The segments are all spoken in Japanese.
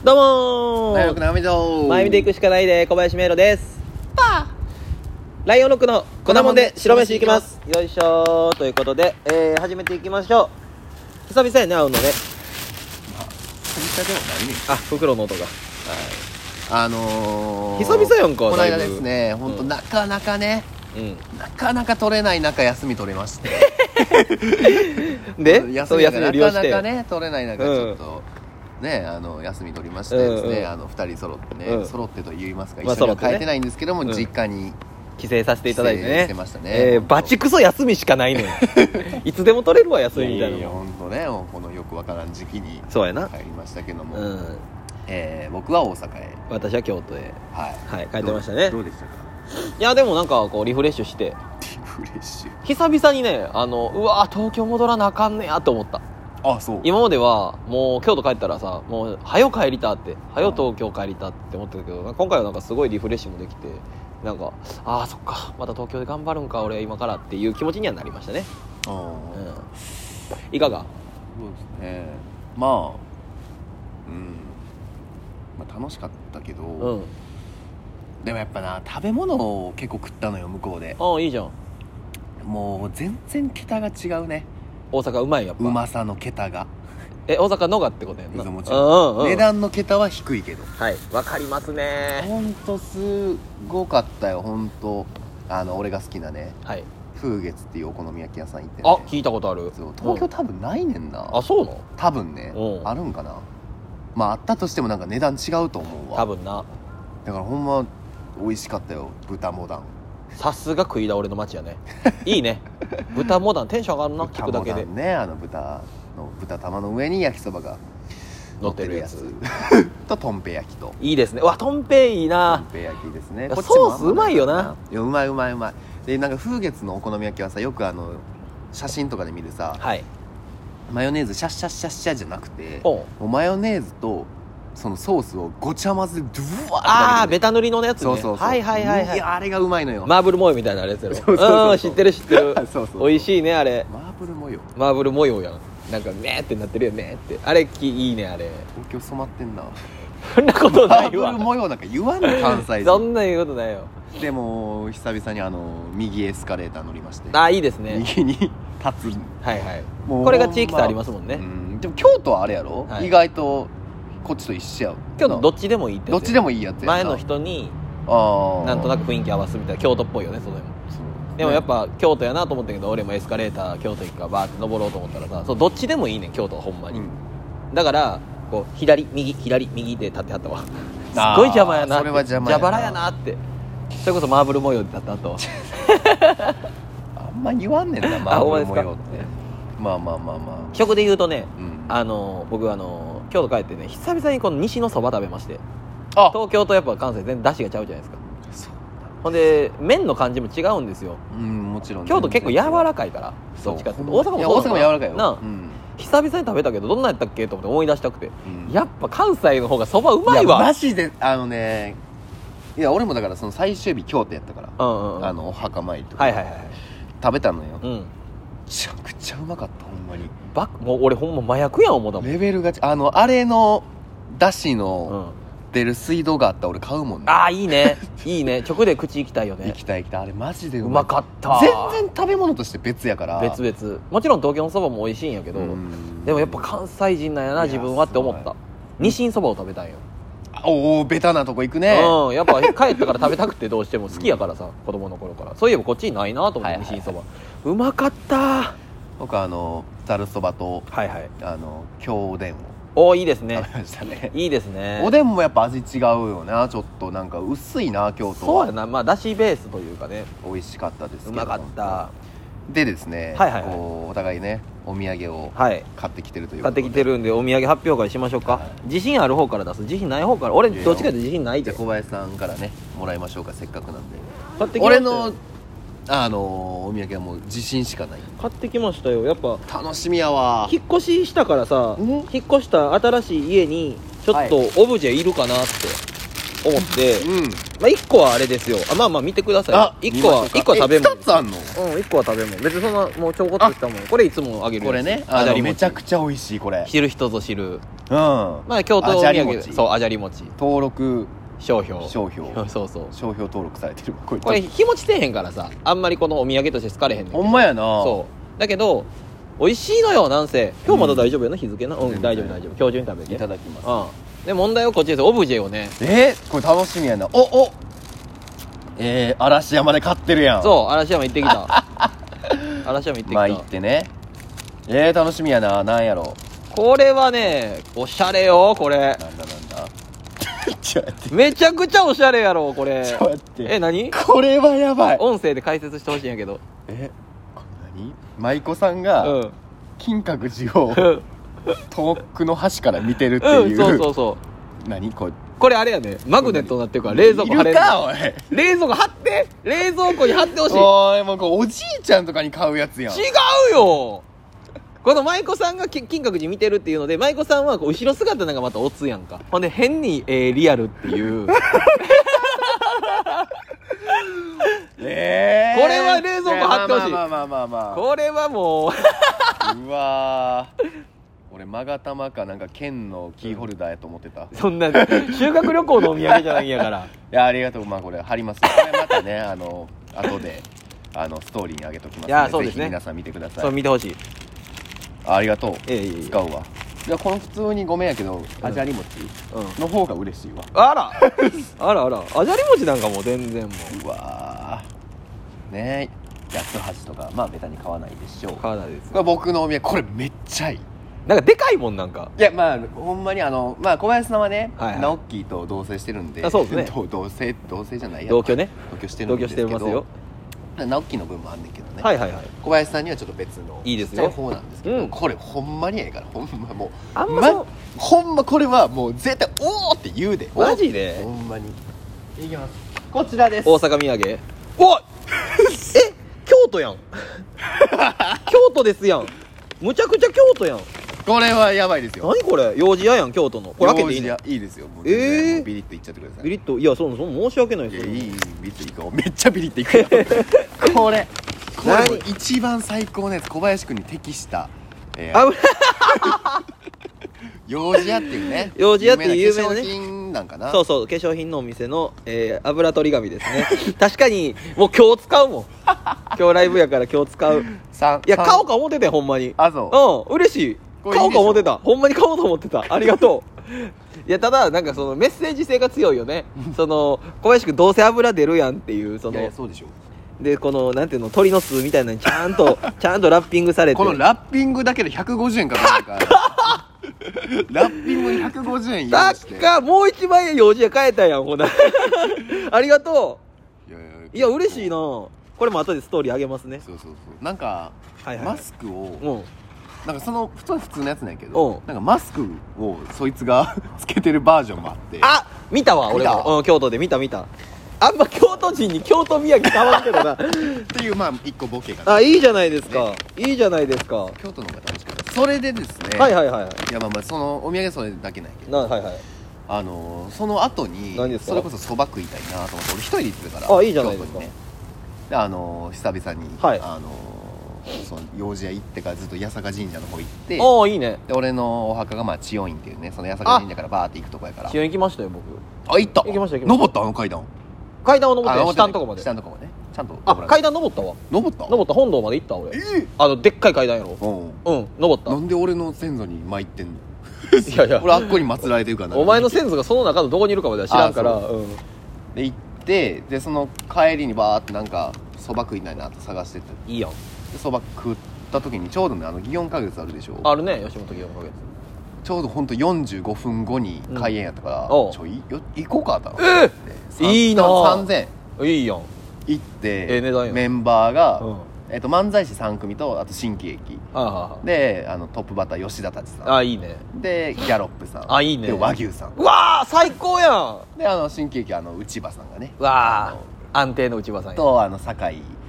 どうも大学の網戸前見ていくしかないで小林迷路です。ライオンロックの粉もんで白飯いきます。よいしょーということで、始めていきましょう。久々やね会うのね。 久々でもないね。 あ、袋の音が、 久 々やんか。 この間ですね、ほんとなかなかね、なかなか取れない中休み取れましてで休みがを利用してなかなかね取れない中ちょっと、ね、休み取りましてですね、2人揃ってね、揃ってと言いますか、一緒には帰ってないんですけども、実家に帰省させていただいてね。 してましたね。 バチクソ休みしかないねんいつでも取れるわ休みみたいな。 いやほんとね、このよくわからん時期にそうやな帰りましたけども、僕は大阪へ、 私は京都へ、 はい帰ってましたね。 どうでしたか？ いやでもなんかこうリフレッシュして、 リフレッシュ久々にね、うわ東京戻らなあかんねやと思った。 あ、そう。 今まではもう京都帰ったらさ、もう早よ帰りたって、早よ東京帰りたって思ってたけど、今回はなんかすごいリフレッシュもできて、なんかそっか、また東京で頑張るんか俺今からっていう気持ちにはなりましたね。いかが？ そうですね、まあ楽しかったけど、でもやっぱな、食べ物を結構食ったのよ向こうで。 いいじゃん。 もう全然桁が違うね。 大阪うまい。やっぱうまさの桁が、 大阪のがってことやんな。 もちろん、値段の桁は低いけど、 はい、わかりますね。 ほんとすごかったよ。ほんと俺が好きなね、風月っていうお好み焼き屋さん行ってね。 聞いたことある。 そう東京多分ないねんな。 そうなの？ 多分ね、あるんかな。まああったとしてもなんか値段違うと思うわ。 多分な。だからほんま美味しかったよ、豚モダン。 さすが食い倒れの街やねいいね豚モダンテンション上がるな、聞くだけで。 ね、豚玉の上に焼きそばが乗ってるやつととんぺ焼きと。 いいですね。とんぺいいな。 とんぺ焼きですね。 ソースうまいよな。 いや、うまいで、なんか風月のお好み焼きはさ、よく写真とかで見るさ、マヨネーズシャッシャッシャッシャじゃなくて、もうマヨネーズとそのソースをごちゃ混ぜでドゥワーって、ベタ塗りのやつね。 そう、 はい、いや、あれがうまいのよ。 マーブル模様みたいなやつやろ。知ってるそう美味しいねあれ。 マーブル模様やん。なんかねーってなってるよねって。あれいいねあれ。 東京染まってんな。 そんなことないわ。 マーブル模様なんか言わんの関西人そんな言うことないよ。 でも久々に右エスカレーター乗りまして。 いいですね。 右に立つ。 もうこれが地域差ありますもんね。 でも京都はあれやろ、意外とこっちと一緒や。 京都どっちでもいいって。 どっちでもいいやつやな。 前の人になんとなく雰囲気合わすみたいな。京都っぽいよね。それもでもやっぱ京都やなと思ったけど、俺もエスカレーター京都行くからバーって登ろうと思ったらさ、どっちでもいいねん京都はほんまに。だからこう左右で立ってはったわ。すごい邪魔やなって。 それは邪魔やな。 蛇腹やなって。それこそマーブル模様で立った後あんま言わんねんな、マーブル模様って。まあ食で言うとね、僕京都帰ってね、久々にこの西のそば食べまして。東京とやっぱ関西全然出汁がちゃうじゃないですか。ほんで麺の感じも違うんですよ。 もちろん京都結構柔らかいから、どっちかっていうと。大阪もそうだな。大阪も柔らかいよな。 久々に食べたけどどんなんやったっけと思って思い出したくて、やっぱ関西の方がそばうまいわ。 マジでいや俺もだからその最終日京都やったから、お墓参りとか食べたのよ。めちゃくちゃうまかった。ほんまにもう俺ほんま麻薬やん思ったもん。 レベルがあれのだしの出る水道があったら俺買うもんね。 いいね直で口行きたいよね。 行きたい。あれマジでうまかった。 全然食べ物として別やから。 別々。もちろん東京のそばも美味しいんやけど、でもやっぱ関西人なんやな自分はって思った。ニシンそばを食べたんよ。 ベタなとこ行くね。 やっぱ帰ったから食べたくて、どうしても好きやからさ、子供の頃から。そういえばこっちにないなと思って。ニシンそばうまかった。 僕ざるそばと京おでんをいいですね。 食べましたね。 いいですね。 おでんもやっぱ味違うよな。ちょっとなんか薄いな京都は。 そうやな。だしベースというかね。 美味しかったですけど。 うまかった。 でですね、お互いねお土産を買ってきてるということで、 買ってきてるんでお土産発表会しましょうか。自信ある方から出す？自信ない方から？俺どっちかというと自信ないで。 じゃあ小林さんからねもらいましょうか、せっかくなんで。 買ってきましたよ。 俺のお土産はもう自信しかない。 買ってきましたよ。やっぱ楽しみやわ。 引っ越ししたからさ、引っ越した新しい家にちょっとオブジェいるかなって。 思って、まあ1個はあれですよ。まあまあ見てください。1個は食べ物。 2つあんの ？1個は食べ物。別にそんなもうちょこっとしたもん。これいつもあげるやつ。 これね、めちゃくちゃ美味しいこれ。 知る人ぞ知る。 まあ京都土産。そう、あじゃり餅。 登録商標。 そうそう。商標登録されてる。 これ日持ちせえへんからさ、あんまりこのお土産として好かれへんねん。 ほんまやな。 そう。だけど美味しいのよ。なんせ今日まだ大丈夫よな、日付な。大丈夫。今日中に食べていただきます。 で問題はこっちです。オブジェをね。 これ楽しみやな。嵐山で買ってるやん。 そう、嵐山行ってきた。嵐山行ってきた。 まあ行ってね。楽しみやな。なんやろ。 これはね、おしゃれよこれ。なんだめちゃくちゃおしゃれやろこれ。 ちょっと待って。 何？ これはやばい。 音声で解説してほしいんやけど。 これ何？舞妓さんが金閣寺を遠くの端から見てるっていう。 そう。 何これ？ これあれやね、マグネットになってるから冷蔵庫貼れる。冷蔵庫貼って、冷蔵庫に貼ってほしい。 もうこれおじいちゃんとかに買うやつやん。 違うよ。この舞妓さんが金閣寺見てるっていうので、舞妓さんはこう後ろ姿なんかまたオツやんか。ほんで変にリアルっていう。これは冷蔵庫貼ってほしい。 まあこれはもううわ俺マガタマかなんか剣のキーホルダーやと思ってた。 そんな修学旅行のお土産じゃないんやから。 いやありがとう。まあこれ貼ります。これまたね後でストーリーに上げときますので、いやそうですね、ぜひ皆さん見てください。 そう見てほしい。 ありがとう。使うわ。いやこの普通にごめんやけどあじゃり餅の方が嬉しいわ。 あらあじゃり餅なんかもう全然もうわねえ八つ橋とかまあベタに買わないでしょう。 買わないです。 これ僕のお土産これめっちゃいい。 なんかでかいもんなんか。 いやまあほんまにまあ小林さんはね、直樹と同棲してるんで。 そうですね。 同棲じゃないや。 同居ね。 同居してるんですけど。 同居してますよ。 直樹の分もあんねんけどね。小林さんにはちょっと別のいいですよ方なんですけど、これほんまにええから。ほんまもうほんまこれはもう絶対おーって言うで。 マジで。 ほんまにいきます。こちらです。 大阪土産。おい京都やん。京都ですやん。むちゃくちゃ京都やん。 これはやばいですよ。 何これ、幼児屋やん京都の。これ開けていいの？ いいですよ。もうビリッといっちゃってください。 ビリッと。いやその申し訳ないですよ。 いいビリッといこう。めっちゃビリッといくよ。これ一番最高のやつ。小林くんに適した幼児屋っていうね、 幼児屋っていう有名なね化粧品なんかな。 そう化粧品のお店の油取り紙ですね。確かにもう今日使うもん。今日ライブやから今日使う。いや買おうか思ってたよほんまに。嬉しい。買おうか思ってた。ほんまに買おうと思ってた。ありがとう。いやただなんかそのメッセージ性が強いよね。小林くんどうせ油出るやんっていうそうでしょ。でこのなんていうの鳥の巣みたいなのにちゃんとラッピングされて、 このラッピングだけで150円かかるからラッピングに150円用意してもう1万円幼児屋買えたやんほな。ありがとう。いや嬉しいな。これも後でストーリーあげますね。 そうなんかマスクをなんか普通のやつなんやけど、なんかマスクをそいつがつけてるバージョンもあって。 見たわ俺も。京都で見た。あんま京都人に京都土産買わんけどな。 っていうまあ一個ボケが。 いいじゃないですか。いいじゃないですか。 京都の方が楽しかった。それでですね。いやまあそのお土産それだけないけど。その後にそれこそそば食いたいなと思って俺一人で行ってたから。 いいじゃないですか。 で久々にその幼児屋行ってからずっと八坂神社の方行って。 いいね。 で俺のお墓が千代院っていうね、その八坂神社からバーって行くとこやから。 千代院行きましたよ僕。 行った。 行きました。 登った階段を登って下のとこまで。 下のとこまでね。ちゃんと階段登ったわ。登った本堂まで行った俺。でっかい階段やろ。登った。 なんで俺の先祖に参ってんの？いや俺あっこに祀られてるからな。 お前の先祖がその中のどこにいるかまでは知らんから。 で行ってでその帰りにバーってなんかそば食いたいなって探してて。 いいやん。 そば食った時にちょうどね祇園花月あるでしょ。 あるね吉本祇園花月。 ちょうどほんと45分後に開演やったから行こうかっていいな。 3000 いいやん。 行ってメンバーが漫才師3組とあと新喜劇でトップバッター吉田たちさん。 いいね。 でギャロップさん。 いいね。 で和牛さん。 うわ最高やん。 で新喜劇内場さんがね。 安定の内場さんと酒井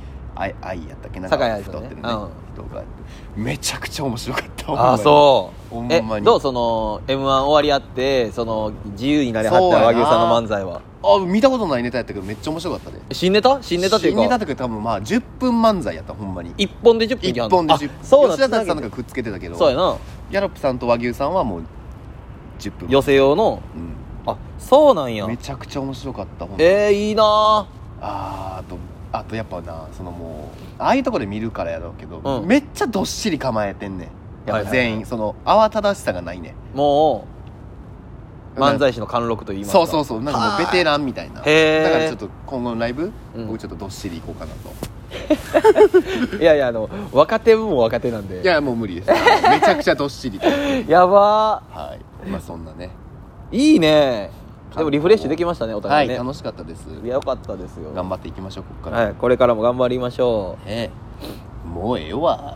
愛やったっけな、 酒井愛さんね太ってるね、人がめちゃくちゃ面白かった。 ああそうほんまにどうその M1 終わりあってその自由になりはった和牛さんの漫才は。 見たことないネタやったけどめっちゃ面白かったね。 新ネタっていうか新ネタっていうか多分まあ10分漫才やった。ほんまに 1本で10分 1本で10分。 そうなん吉田さんなんかくっつけてたけど、 そうやな。 ギャロップさんと和牛さんはもう10分寄せ用の、あそうなんや。 めちゃくちゃ面白かった。 いいなあとやっぱなそのもうああいうとこで見るからやろうけど、めっちゃどっしり構えてんねんやっぱ全員、その慌ただしさがないね。 もう漫才師の貫禄と言いますか。 そうなんかもうベテランみたいな。だからちょっと今後のライブ、僕ちょっとどっしりいこうかなと。 いや若手も若手なんで。 いやもう無理です。めちゃくちゃどっしりとやばー。はい、まあそんなね。 いいね。でもリフレッシュできましたねお互いね。 はい、楽しかったです。 いやよかったですよ。 頑張っていきましょうここから。 はい、これからも頑張りましょう。もうええわ。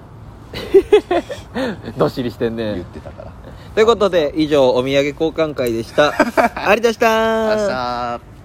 どっしりしてんね。 言ってたから。 ということで以上お土産交換会でした。ありがとうございました。